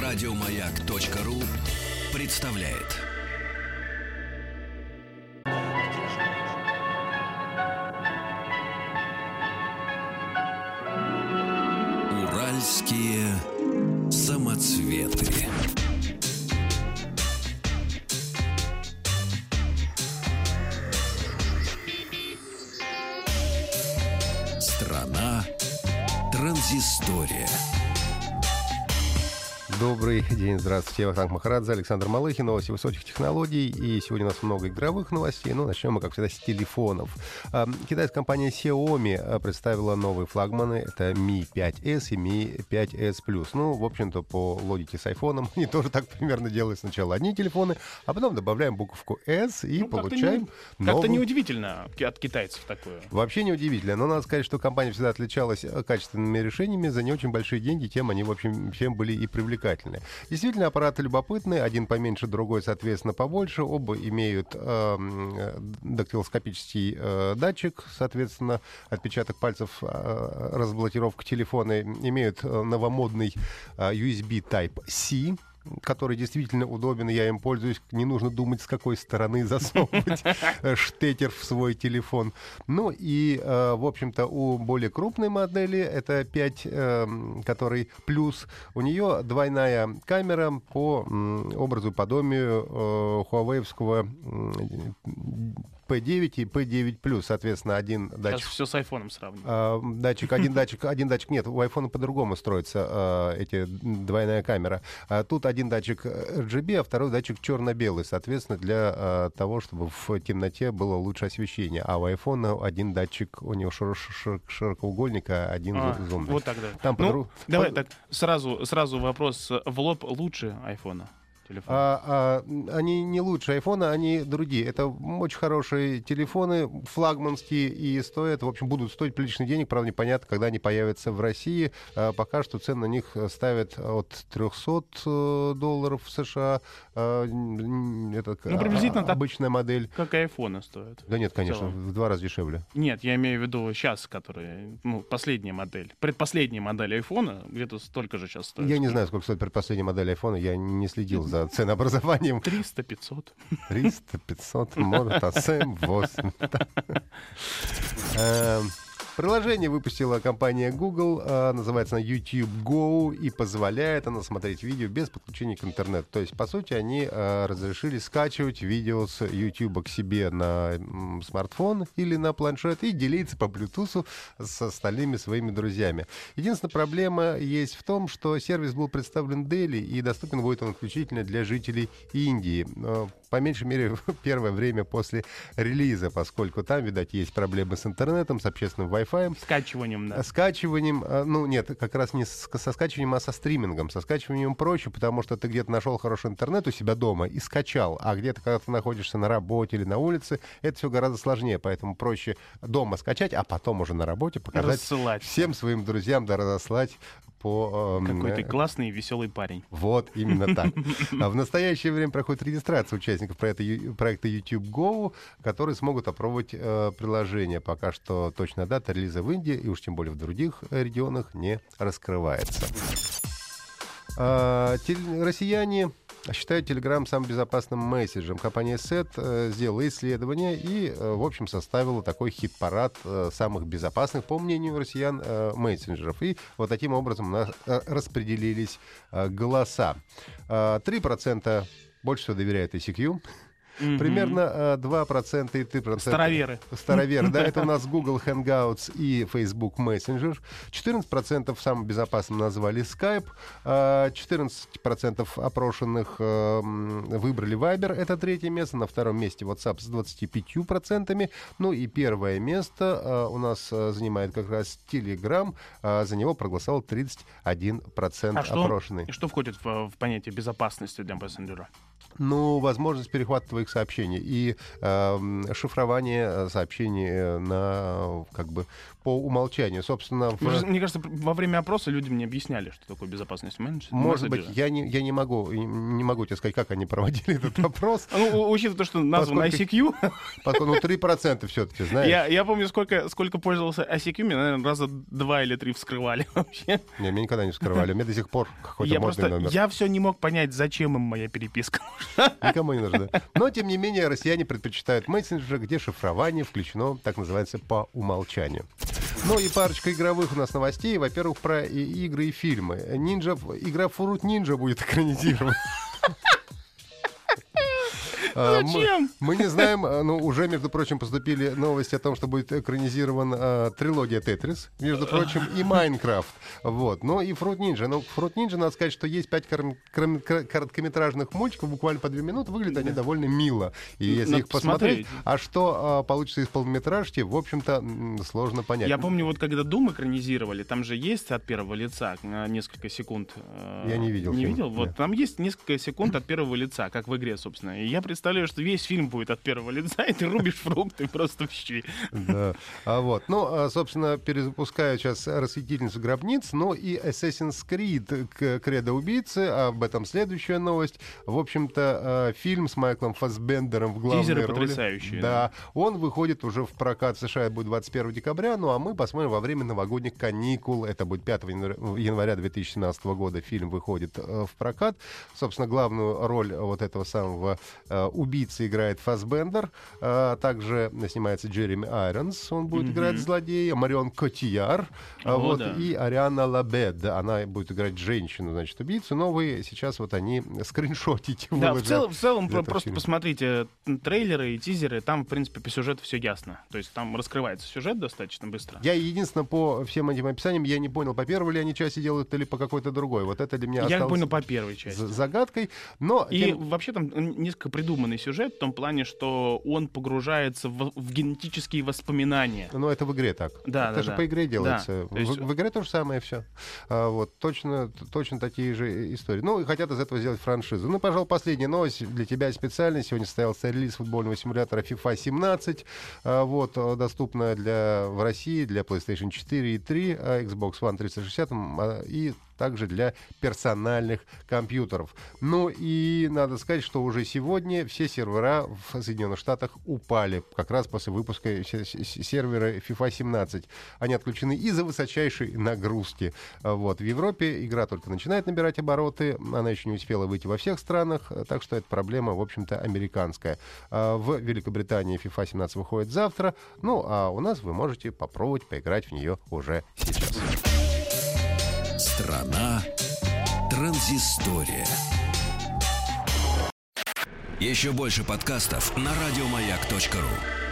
Радиомаяк.ру представляет. Уральские самоцветы. Страна транзистория. Добрый день, здравствуйте, я Вахтанг Махарадзе, Александр Малыхин, новости высоких технологий. И сегодня у нас много игровых новостей, но начнем мы, как всегда, с телефонов. Китайская компания Xiaomi представила новые флагманы. Это Mi 5S и Mi 5S Plus. Ну, в общем-то, по логике с айфоном, они тоже так примерно делают сначала одни телефоны, а потом добавляем буковку S и получаем новый. Как-то неудивительно от китайцев такое. Вообще неудивительно, но надо сказать, что компания всегда отличалась качественными решениями за не очень большие деньги, тем они, в общем, всем были и привлекательны. Действительно, аппараты любопытные, один поменьше, другой, соответственно, побольше. Оба имеют дактилоскопический датчик, соответственно, отпечаток пальцев, разблокировка телефона. Имеют новомодный USB Type-C, который действительно удобен, я им пользуюсь, не нужно думать, с какой стороны засовывать штекер в свой телефон. Ну и, в общем-то, у более крупной модели, это 5, который плюс, у нее двойная камера по образу подобию хуавеевского P9 и P9+, соответственно, один датчик. Сейчас все с айфоном сравниваю. Один датчик нет, у айфона по-другому строится двойная камера. Тут один датчик RGB, а второй датчик черно-белый, соответственно, для того, чтобы в темноте было лучше освещение. А у айфона один датчик, у него широкоугольник, а один зум. Вот тогда. Давай так, сразу вопрос в лоб: лучше айфона? Они не лучше айфона, они другие. Это очень хорошие телефоны, флагманские, и стоят, в общем, будут стоить приличных денег. Правда, непонятно, когда они появятся в России. Пока что цены на них ставят от $300 США. Это приблизительно обычная модель. Как и айфоны стоят. Да нет, конечно, в 2 раза дешевле. Нет, я имею в виду сейчас, которые, последняя модель. Предпоследняя модель айфона где-то столько же сейчас стоит. Я не знаю, сколько стоит предпоследняя модель айфона, я не следил за ценообразованием. 300-500. 300-500, может, а 7-8. Приложение выпустила компания Google, называется оно YouTube Go, и позволяет оно смотреть видео без подключения к интернету. То есть, по сути, они разрешили скачивать видео с YouTube к себе на смартфон или на планшет и делиться по Bluetooth с остальными своими друзьями. Единственная проблема есть в том, что сервис был представлен в Дели, и доступен будет он исключительно для жителей Индии. По меньшей мере, в первое время после релиза, поскольку там, видать, есть проблемы с интернетом, с общественным Wi-Fi. Скачиванием, да. Скачиванием, нет, как раз не со скачиванием, а со стримингом. Со скачиванием проще, потому что ты где-то нашел хороший интернет у себя дома и скачал, а где-то, когда ты находишься на работе или на улице, это все гораздо сложнее, поэтому проще дома скачать, а потом уже на работе показать всем своим друзьям, да, разослать по... Какой ты классный и веселый парень. Вот, именно так. В настоящее время проходит регистрация участников проекта YouTube Go, которые смогут опробовать приложение. Пока что точная дата релиза в Индии и уж тем более в других регионах не раскрывается. Россияне считают Telegram самым безопасным мессенджером. Компания SET сделала исследование и, в общем, составила такой хит-парад самых безопасных, по мнению россиян, мессенджеров. И вот таким образом у нас распределились голоса. 3% больше всего доверяют ICQ. Примерно 2% и 3%. Староверы, да, это у нас Google Hangouts и Facebook Messenger. 14% самым безопасным назвали Skype. 14% опрошенных выбрали Viber, это третье место. На втором месте WhatsApp с 25%. Ну и первое место у нас занимает как раз Telegram. За него проголосовал 31% опрошенных. Что входит в понятие безопасности для мессенджера? Ну, возможность перехвата твоих сообщений и шифрование сообщений на, по умолчанию. Собственно, мне кажется, во время опроса люди мне объясняли, что такое безопасность менеджера. Может быть, я не могу тебе сказать, как они проводили этот опрос. Ну, учитывая то, что назван ICQ. 3% все-таки, знаешь. Я помню, сколько пользовался ICQ, меня, наверное, раза 2 или 3 вскрывали вообще. Не, меня никогда не вскрывали. У меня до сих пор какой-то модный номер. Я все не мог понять, зачем им моя переписка нужна. Никому не нужна. Но, тем не менее, россияне предпочитают мессенджеры, где шифрование включено, так называется, по умолчанию. Ну и парочка игровых у нас новостей. Во-первых, про игры и фильмы. Игра Fruit Ninja будет экранизирована. Зачем? Мы не знаем, но уже, между прочим, поступили новости о том, что будет экранизирована трилогия Тетрис, между прочим, и Майнкрафт. Вот. Но и Fruit Ninja. Но Fruit Ninja, надо сказать, что есть 5 короткометражных мультиков, буквально по 2 минуты. Выглядят они довольно мило. И если их посмотреть, а что получится из полнометражки, в общем-то, сложно понять. Я помню, вот когда Doom экранизировали, там же есть от первого лица несколько секунд. Я не видел. Не видел? Вот да. там есть несколько секунд от первого лица, как в игре, собственно. И я представляю, что весь фильм будет от первого лица, и ты рубишь фрукты просто в щи. Да. Ну, собственно, перезапускаю сейчас «Расхитительницу гробниц», но и Assassin's Creed «Кредо убийцы», об этом следующая новость. В общем-то, фильм с Майклом Фассбендером в главной Тизеры роли. потрясающие. Да. Он выходит уже в прокат в США, будет 21 декабря, ну а мы посмотрим во время новогодних каникул. Это будет 5 января 2017 года фильм выходит в прокат. Собственно, главную роль вот этого самого убийцы играет Фассбендер. Также снимается Джереми Айронс, он будет играть злодея. Марион Котийяр. Да. И Ариана Лабед. Она будет играть женщину, значит, убийцу. Новые сейчас вот они скриншотить. Да, в целом просто посмотрите трейлеры и тизеры. Там, в принципе, по сюжету все ясно. То есть там раскрывается сюжет достаточно быстро. Я единственное по всем этим описаниям я не понял, по первой ли они части делают или по какой-то другой. Вот это для меня осталось... Я понял по первой части. Загадкой. Но вообще там несколько придуманный сюжет в том плане, что он погружается в генетические воспоминания. Ну, это в игре так. Да, это же по игре делается. Да. В игре то же самое все. Вот, точно такие же истории. Ну, и хотят из этого сделать франшизу. Ну, пожалуй, последняя новость для тебя специально. Сегодня состоялся релиз футбольного симулятора FIFA 17. Вот, доступна в России для PlayStation 4 и 3, Xbox One 360 и также для персональных компьютеров. Ну и надо сказать, что уже сегодня все сервера в Соединенных Штатах упали. Как раз после выпуска сервера FIFA 17. Они отключены из-за высочайшей нагрузки. Вот. В Европе игра только начинает набирать обороты. Она еще не успела выйти во всех странах. Так что это проблема, в общем-то, американская. В Великобритании FIFA 17 выходит завтра. Ну а у нас вы можете попробовать поиграть в нее уже сейчас. Страна транзистория. Еще больше подкастов на радиомаяк.ру.